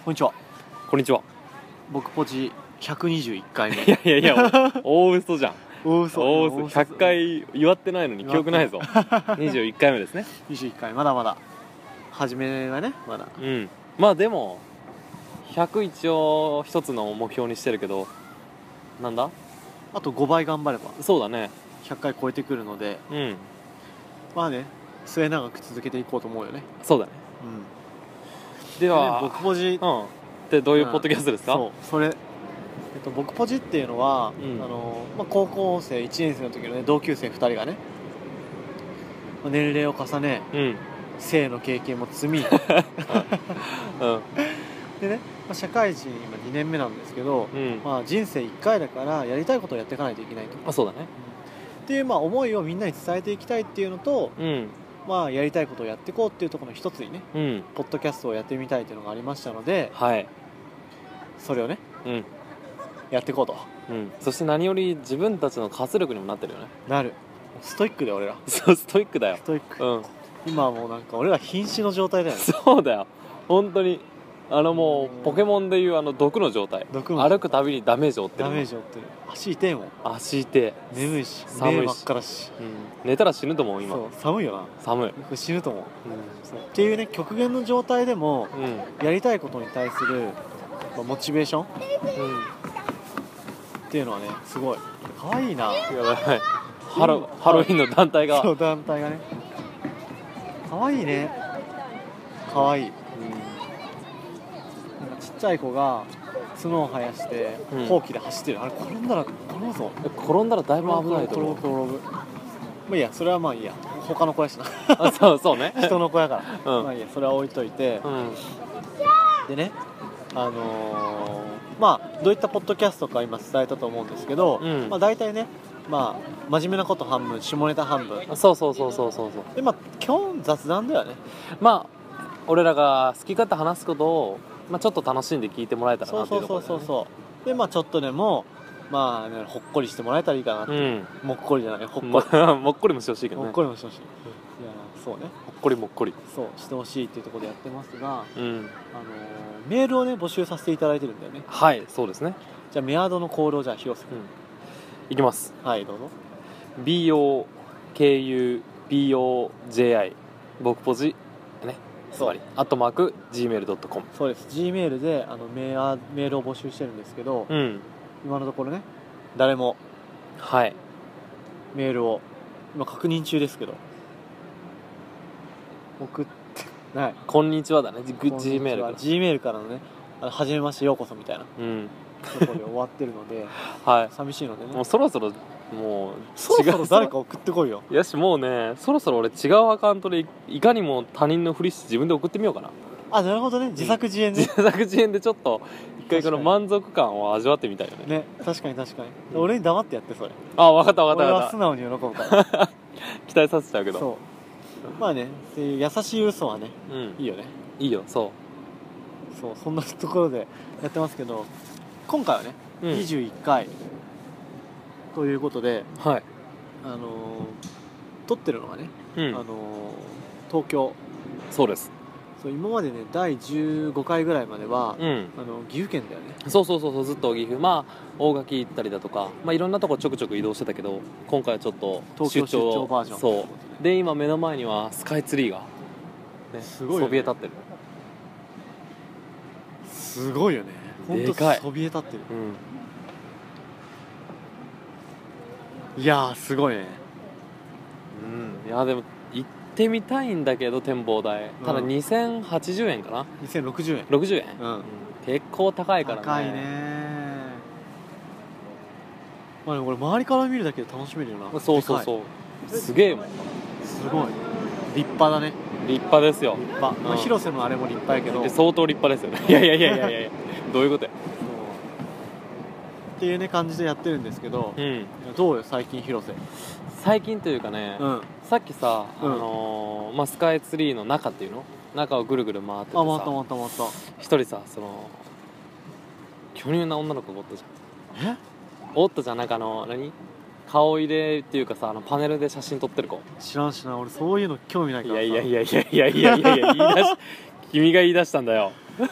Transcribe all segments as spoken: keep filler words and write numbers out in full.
こんにちは。 こんにちは。 僕ポチひゃくにじゅういっかいめ。 いやいやいや大嘘じゃん。 大嘘。 大嘘。ひゃっかい祝ってないのに記憶ないぞ。にじゅういっかいめですね。 にじゅういっかい、まだまだ初めはね、まだ。 うん。まあでもひゃく一応一つの目標にしてるけど、なんだあとごばい頑張ればそうだね。 ひゃっかい超えてくるので、 うん。 まあね、末永く続けていこうと思うよね。 そうだね。 うん。 では、 でね、僕ポジ、 うん。でどういうポッドキャストですか？ そう、それ、えっと、僕ポジっていうのは、 うんあのまあ、高校生いちねん生の時のね、同級生ふたりがね、まあ年齢を重ね、 うん。 性の経験も積み、 うん。 でね、まあ、社会人今にねんめなんですけど、 うん。 まあ、人生いっかいだからやりたいことをやっていかないといけないと、 あ、そうだね。 っていうまあ思いをみんなに伝えていきたいっていうのと、 うんまあ、やりたいことをやっていこうっていうところの一つにね、 うんポッドキャストをやってみたいっていうのがありましたので、 はいそれをねうんやっていこうと。 うんそして何より自分たちの活力にもなってるよね。 なる。ストイックで俺らそうストイックだよ。 ストイック、 うん今はもうなんか俺ら瀕死の状態だよね。 そうだよ本当に。あのもうポケモンでいうあの毒の状態。 毒の歩くたびにダメージを負ってる。 ダメージを負ってる。足痛いもん。 足痛い。 眠いし寒いし目真っ赤だし、 うん寝たら死ぬと思う今。 そう寒いよな。 寒い。 これ死ぬと思う。 うそうっていうね、極限の状態でもんうんやりたいことに対する、まあ、モチベーションっうんていうのはね、すごい可愛いな。 やばい。ハロハロウィンの団体が。 そう、団体がね可愛いね。可愛い。なんかちっちゃい子が角を生やしてうんほうきで走ってる、あれ転んだら転ぶぞ。 転んだらだいぶ危ないと思う。 転ぶ転ぶ。まあいいや、それはまあいいや、他の子やしなあそうそうね。 人の子やから、 うんまあいいや、それは置いといて、 うんでね、あのーまあどういったポッドキャストか今伝えたと思うんですけど、 うんまあ大体ね、まあ真面目なこと半分、下ネタ半分そうそうそうそうそうそう。 で、まあ基本雑談だよね。 まあ俺らが好き勝手話すことを、まあ、ちょっと楽しんで聞いてもらえたらそうなっていそううそうところだよね。 そうそうで、まあちょっとでもまあ、ね、ほっこりしてもらえたらいいかなって、 うんもっこりじゃない、ほっこもり、 もっこりもしてほしいけどもね。 っこりもしてほしい、いやそうね、 もっこりもっこり。 そうしてほしいっていうところでやってますが、 うんあのーメールをね募集させていただいてるんだよね。 はいそうですね。 じゃあメアドのコールをじゃあ広瀬君、 いきます。 はいどうぞ。 ビーオーケーユービーオージェーアイ 僕ポジね、つまりアットマーク ジーメールドットコム。 そうです、 Gmail であのメアメールを募集してるんですけど、 うん今のところね誰もはいメールを今確認中ですけど送ってない。 こんにちはだね。ジこんにちは Gmail から Gmail からのね、あの初めましてようこそみたいなうんところで終わってるのではい寂しいのでね、 もうそろそろもうそろそろ誰違うか送ってこいよ。 よしもうねそろそろ俺違うアカウントでいいかにも他人のふりして自分で送ってみようかな。 あ、なるほどね、自作自演ね、 自作自演でちょっと一回この確かに満足感を味わってみたいよね。 ね、確かに確かに、俺に黙ってやってそれ。 あ分かった分か俺った分かっは素直に喜ぶからた。期待させちゃうけど。 そうまあね、っていう優しい嘘はねうんいいよね。 いいよそそう、そんなところでやってますけど、今回はね、 う、うん、 にじゅういっかいということで、 はいあのー撮ってるのがね、 うんあのー東京。 そうです。 そう、今までねだいじゅうごかいぐらいまでは、 うんあの岐阜県だよね。 そうそうそうそうずっと岐阜まあ大垣行ったりだとかまあいろんなとこちょくちょく移動してたけど今回はちょっと東京出張バージョンそうで今目の前にはスカイツリーが、ね、 すごいよねそびえ立ってる。 すごいよね、ほんとでかいそびえ立ってる。 うんいやーすごいね。 うんいやでも行ってみたいんだけど展望台ただうんにせんはちじゅうえんかな、 にせんろくじゅうえん。 ろくじゅうえん、 うん結構高いからね。 高いね。まあでもこれ周りから見るだけで楽しめるよな。でかそうそうそうすげえもんいすごい立派だね。 立派ですよ。 立派、まあ、 うん広瀬のあれも立派やけど、 で相当立派ですよね。いやいやいやいやいやいやどういうことや。 そうっていうね感じでやってるんですけど、 うんどうよ最近広瀬。 最近というかね、 うんさっきさ、 うんあのーまあ、スカイツリーの中っていうの中をぐるぐる回っててあ、またさまたまた。 一人さその巨乳な女の子がおったじゃん。 えおったじゃんなんかあの何顔入れっていうかさあのパネルで写真撮ってる子。 知らんしな、俺そういうの興味ないからさ。 いやいやいやいやいやいやいやいや言い出し君が言い出したんだよ。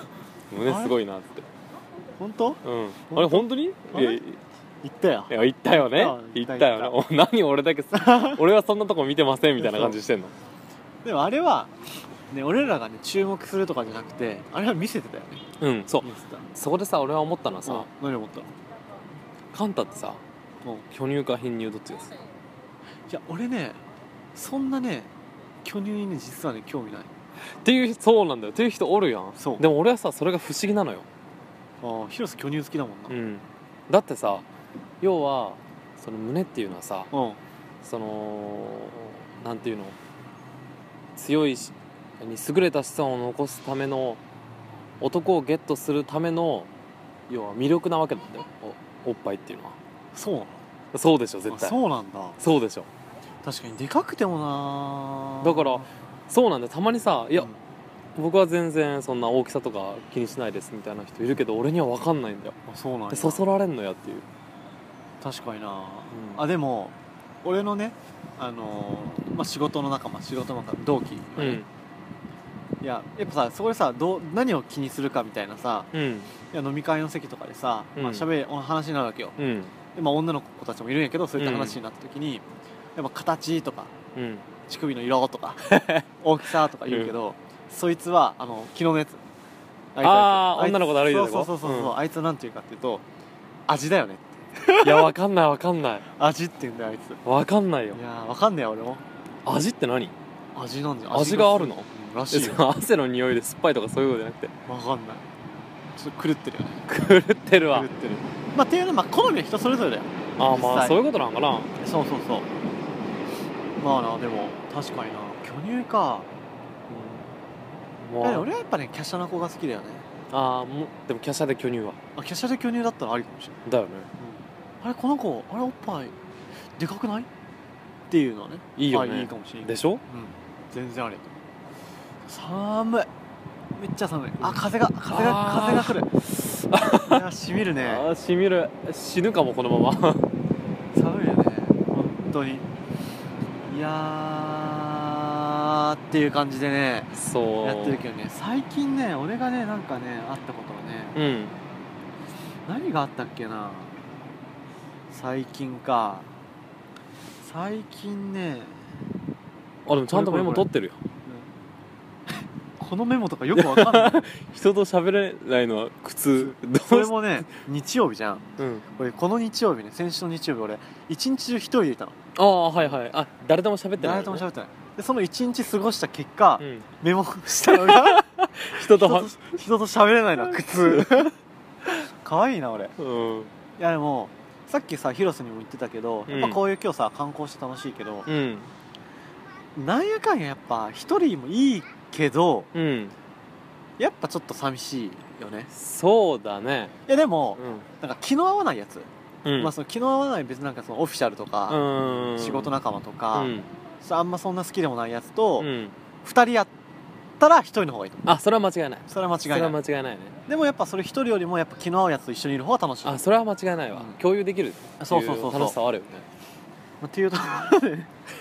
胸すごいなって。 本当？ うんあれ本当に？ あれいや言ったよ。 いや言ったよね言っ言ったたよね。お何俺だけ俺はそんなとこ見てませんみたいな感じしてんの。 でもあれはね、俺らがね注目するとかじゃなくて、あれは見せてたよね。 うんそう見せてた。 そこでさ俺は思ったのはさ、 うん、何思ったの？ カンタってさうん巨乳か貧乳どっちが好き？ いや俺ねそんなね巨乳にね実はね興味ない。 っていうそうなんだよっていう人おるやん。 そうでも俺はさそれが不思議なのよ。 ああ広瀬巨乳好きだもんな。 うんだってさ要はその胸っていうのはさうんそのなんていうの強いしに優れた資産を残すための男をゲットするための要は魅力なわけなんだよ お, おっぱいっていうのは。 そうなの？ そうでしょ絶あ対。 そうなんだ。 そうでしょ。 確かにでかくてもな。 だからそうなんだよ。たまにさいや、 うん僕は全然そんな大きさとか気にしないですみたいな人いるけど俺には分かんないんだよ。 あそうなんや。 でそそられんのやっていう。 確かにな、 うんあでも俺のねあのーまあ、仕事の仲間仕事の仲間同期はね、 うんいややっぱさそこでさどう何を気にするかみたいなさうんいや飲み会の席とかでさ、 うんまあ、しゃべ話になるわけよ。 うんで、まあ、女の子たちもいるんやけどそういった話になった時に、やっぱ形とかうん乳首の色とか大きさとか言うけど、そいつはあの昨日のやつあいつあーあいつ女の子と歩いてるそう子そうそうそう、 うんあいつなんていうかっていうと味だよねっていや分かんない分かんない味って言うんだよあいつ。 分かんないよ。 いやーわかんねえよ俺も。 味って何？ 味なんじゃん。 味があるの？ うんらしいよ。 えその汗の匂いで酸っぱいとかそういうことじゃなくてわかんない。ちょっと狂ってるよね。 狂ってるわ。 狂ってる。まあっていうのはまあ好みは人それぞれだよ。 ああ実際まあそういうことなんかな。 そうそうそう。まあなでも確かにな巨乳か。 もういや俺はやっぱね華奢な子が好きだよね。 ああもうでも華奢で巨乳はあ華奢で巨乳だったらありかもしれない。 だよね。 あれこの子あれおっぱいでかくない？っていうのはね。 いいよねあいいかもしれない。 でしょ？ うん。全然ありだと思う。寒い。めっちゃ寒い。あ風が風があー風が来る。いやしみるね。 ああしみる。死ぬかもこのまま寒いよね本当に。いやーっていう感じでねそうやってるけどね、最近ね俺がねなんかねあったことはね、 うん何があったっけな。最近か最近ねあでもちゃんとメモ取ってるよ。 このメモとかよくわかんない人と喋れないのは苦痛。どうそれもね日曜日じゃん。 うん俺この日曜日ね先週の日曜日俺一日中一人でいたの。 ああはいはいあ誰とも喋ってない、ね、 誰とも喋ってないでその一日過ごした結果、 うんメモしたのが人とは人と人と喋れないのは苦痛可愛いな俺。 うんいやでもさっきさ広瀬にも言ってたけど、 うんやっぱこういう今日さ観光して楽しいけど、 うんなんやかんややっぱ一人もいいけどうんやっぱちょっと寂しいよね。 そうだね。 いやでもうなんか気の合わないやつ、 ん、うん、 まあその気の合わない別になんかそのオフィシャルとか、 うん仕事仲間とか、 うんそうあんまそんな好きでもないやつとうんふたりやったらひとりの方がいいと思う。 あそれは間違いない。 それは間違いない。 それは間違いないね。 でもやっぱそれひとりよりもやっぱ気の合うやつと一緒にいる方が楽しい。 あそれは間違いないわ、 うん共有できるっていそうそうそうそう楽しさはあるよね。 まあっていうところで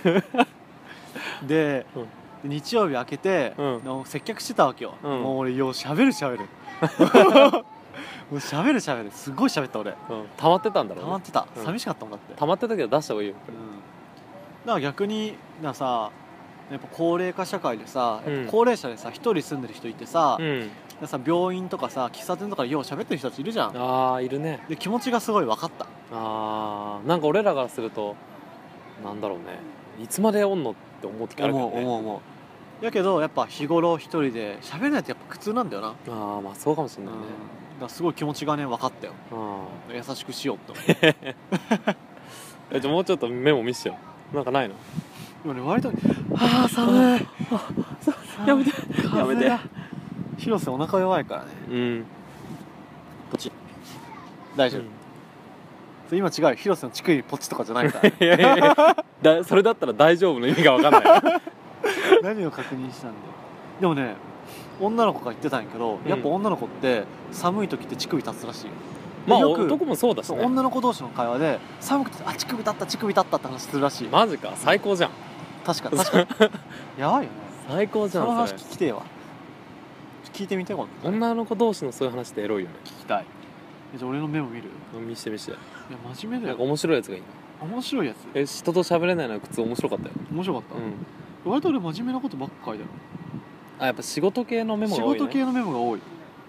で、 うんで日曜日明けて、 うんもう接客してたわけよ、 うんもう俺ようしゃべるしゃべるもうしゃべるしゃべるすごいしゃべった俺。 うん溜まってたんだろうね。 溜まってた、 うん寂しかったもんだって、 溜まってたけど出した方がいいよ。 うん、だから逆にだからさやっぱ高齢化社会でさ、 うんやっぱ高齢者でさ一人住んでる人いてさ,、 うんでさ病院とかさ喫茶店とかでよう喋ってる人たちいるじゃん。 ああいるね。 で気持ちがすごい分かった。 ああなんか俺らからするとなんだろうねいつまでおんのって思う時あるけどね。 思う思う思う。やけどやっぱ日頃一人で喋れないってやっぱ苦痛なんだよな、 ああまあそうかもしれうん、 ないね。 だからすごい気持ちがね分かったよ。 うん優しくしようって思うえじゃあもうちょっとメモ見せてよ。なんかないの？ 今ね割とああ寒いやめて風やめてが広瀬お腹弱いからね。 うんポチ大丈夫、 うんそれ今違うよ広瀬の乳首ポチとかじゃないからいやいやいやだそれだったら大丈夫の意味が分かんない何を確認したんだよ。でもね女の子が言ってたんやけど、 うんやっぱ女の子って寒い時って乳首立つらしいよ。 まあよく男もそうだしそうね。 女の子同士の会話で寒くてあ乳首立った乳首立ったって話するらしいよ。 マジか最高じゃん。 確か確かにやばいよね。 最高じゃんその話それ。 聞きてえわ。 聞いてみて今度女の子同士のそういう話ってエロいよね。 聞きたい。えじゃあ俺のメモ見る？ 見して見して。 いや真面目だよ。 なんか面白いやつがいいな。 面白いやつ。 え人と喋れないのは靴面白かったよ。 面白かった、 うん。 割と俺真面目なことばっか書いてある。 あやっぱ仕事系のメモ仕が多いね。 事系のメモが多い。うん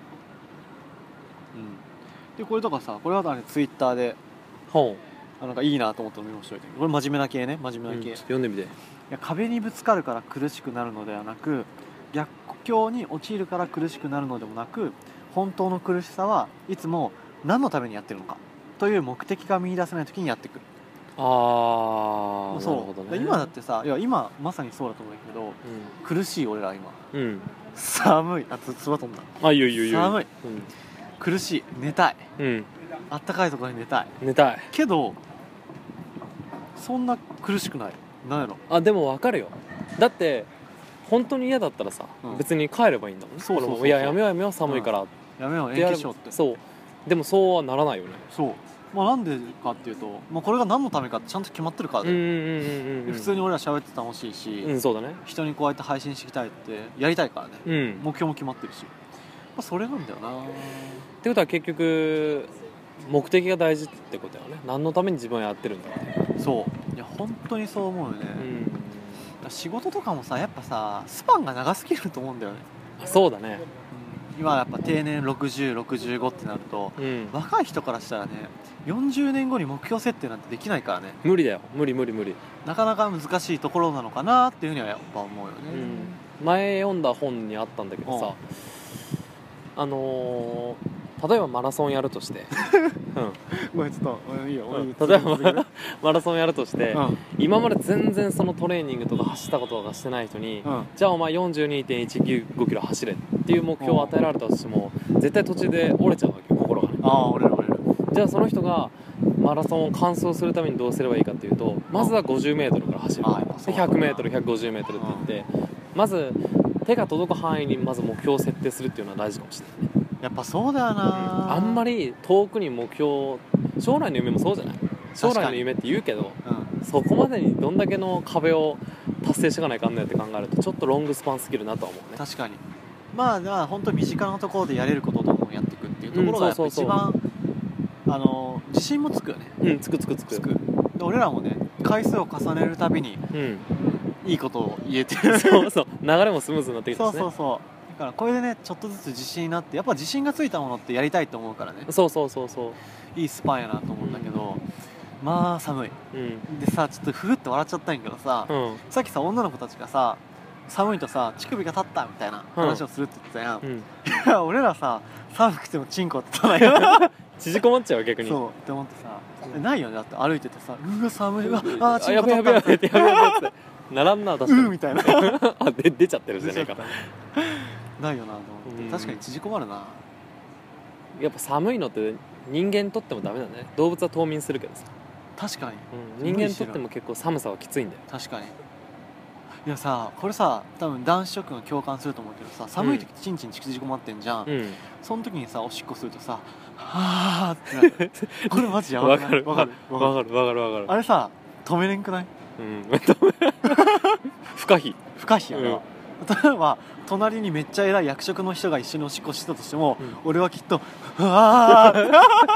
でこれとかさ、これはあれツイッターで本。 あなんかいいなと思ったのメモしといて、これ真面目な系ね、真面目な系、 うん、 い読んでみて。 や壁にぶつかるから苦しくなるのではなく、逆境に陥るから苦しくなるのでもなく、本当の苦しさはいつも何のためにやってるのかという目的が見出せない時にやってくる。 ああ、なるそうほどね。 今だってさ、いや今まさにそうだと思うんだけど、苦しい俺ら今うん。うん。 寒い、あつつば飛んだ、 あいいよいいよいいよ。 寒い、苦しい、寝たい、 うん。うん。 あったかいところに寝たい寝たい。 けどそんな苦しくない。なんやろ。 あでも分かるよ。だって本当に嫌だったらさ、 うん別に帰ればいいんだもんね。 そうそうそうそうこれもいややめようやめよう寒いから、 やめよう延ってやれば期しようって。 そうでもそうはならないよね。 そうまあなんでかっていうと、まあ、これが何のためかってちゃんと決まってるからで、 うんうんうんうんうん。 普通に俺ら喋って楽しいし、 うんそうだね。 人にこうやって配信していきたいってやりたいからね、 うん。 目標も決まってるし、まあ、それなんだよな。 ってことは結局目的が大事ってことだよね。何のために自分はやってるんだって。 そういや本当にそう思うよね、 うん。 仕事とかもさやっぱさスパンが長すぎると思うんだよね、 あそうだね。 うん、今やっぱ定年ろくじゅう、ろくじゅうごってなるとうん。 若い人からしたらねよんじゅうねんごに目標設定なんてできないからね、 無理だよ。無理無理無理。 なかなか難しいところなのかなっていうふうにはやっぱ思うよね、 うん。前読んだ本にあったんだけどさ、あのー例えばマラソンやるとして、うんごめんちょっとうんいいよ、 うんいいよ例えば続けてマラソンやるとして、 うん今まで全然そのトレーニングとか走ったことがしてない人に、 うんじゃあお前 よんじゅうにてんいちごキロ走れっていう目標を与えられたとしても絶対途中で折れちゃうわけよ心がね。 ああ折れる折れるじゃあその人がマラソンを完走するためにどうすればいいかっていうと、まずは ごじゅうメートル から走る。 あやっぱそうでなんだひゃくメートル ひゃくごじゅうメートルって言って、まず手が届く範囲にまず目標を設定するっていうのは大事かもしれないね。 やっぱそうだよな、 あんまり遠くに目標、将来の夢もそうじゃない。将来の夢って言うけど、 うんそこまでにどんだけの壁を達成していかないかんのやって考えるとちょっとロングスパンすぎるなとは思うね。 確かにまあだから本当に身近なところでやれることをどんどんやっていくっていうところがやっぱうんそうそうそう一番あの自信もつくよね。 うんつくつくつくつくで俺らもね回数を重ねるたびにうんいいことを言えてるそうそう流れもスムーズになってきたしね。 そうそうそうだからこれでねちょっとずつ自信になってやっぱ自信がついたものってやりたいと思うからねそうそうそうそいいスパンやなと思うんだけど、まあ寒い。 ううんでさちょっとふふって笑っちゃったんやけどさ、 うんさっきさ女の子たちがさ寒いとさ乳首が立ったみたいな話をするって言ってたやん、 うんいや俺らさ寒くてもチンコって言ったのよ縮こまっちゃう逆に。 そうって思ってさえないよねだって歩いててさうわ寒いうわあーあチンコやべやべや立ったみたいべやべやべって並んな確かにうーみたいなあで出ちゃってるじゃねえか。 ないよなと思って、 うん確かに縮こまるな。 やっぱ寒いのって人間にとってもダメだね。動物は冬眠するけどさ、 確かにうん、人間にとっても結構寒さはきついんだよ。 確かにいやさこれさ多分男子諸君が共感すると思うけどさ寒い時チンチン縮こまってんじゃん、 うんその時にさおしっこするとさはあってなるこれマジやばくないわかるわかるわかるわかるわかるわかる。 あれさ止めれんくないうん不可避。 不可避やな、例えば隣にめっちゃ偉い役職の人が一緒におしっこしてたとしても、 うん俺はきっとうわー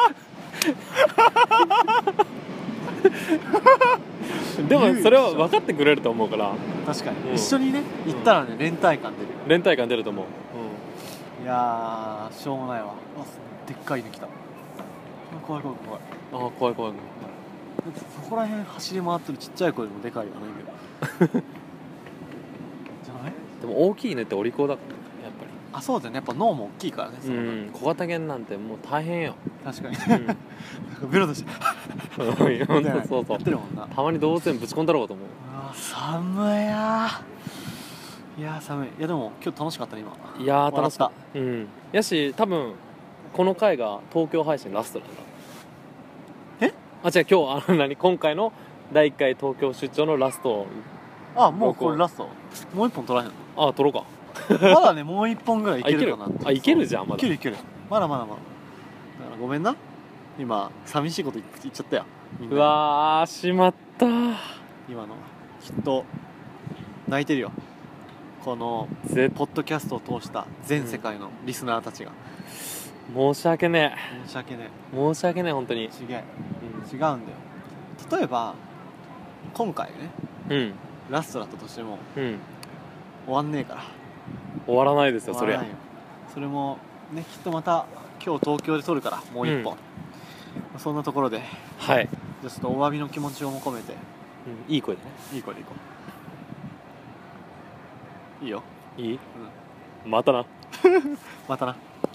でもそれは分かってくれると思うから確かに、 うん一緒にね行ったらね連帯感出る。 連帯感出ると思う。 いやーしょうもないわ。あでっかいの来た。怖い怖い怖い。 うん、ああ怖い怖い。 だってそこら辺走り回ってるちっちゃい子よりもでかいよねじゃない？ でも大きい犬ってお利口だからねやっぱり。 あそうだよねやっぱ脳も大きいからね。その分うん小型犬なんてもう大変よ。 確かにうんベロとして本当そうそうやってるもんな。 たまに動物園ぶち込んだろうかと思う。 うわ寒いやーいやー寒い。いやでも今日楽しかったね今。 いやー楽しか笑った。うんやし多分この回が東京配信ラストなんだ。 えあ違う今日あの何今回のだいいっかい東京出張のラスト。 あもうこれラスト。もう一本取らへんのあ撮ろうか。 まだねもう一本ぐらいいけるかなって。 あいけるじゃんまだいけるいける。まだまだまだ。だからごめんな。今寂しいこと言っ言っちゃったよ。みんなうわーしまったー。 今のきっと泣いてるよ。 このぜポッドキャストを通した全世界のリスナーたちが、 申し訳ね申し訳ねえ申し訳ねえ本当に。 え違え違うんだよ。例えば今回ねうんうんラストだったとしてもうん終わんねえから終わらないですよそりゃ。 終わらないよ。それもねきっとまた今日東京で撮るからもう一本、そんなところではい、 じゃあちょっとお詫びの気持ちをも込めてうん、いい声でね。 いい子でいこう。いいよ。 いい、またな。 またな。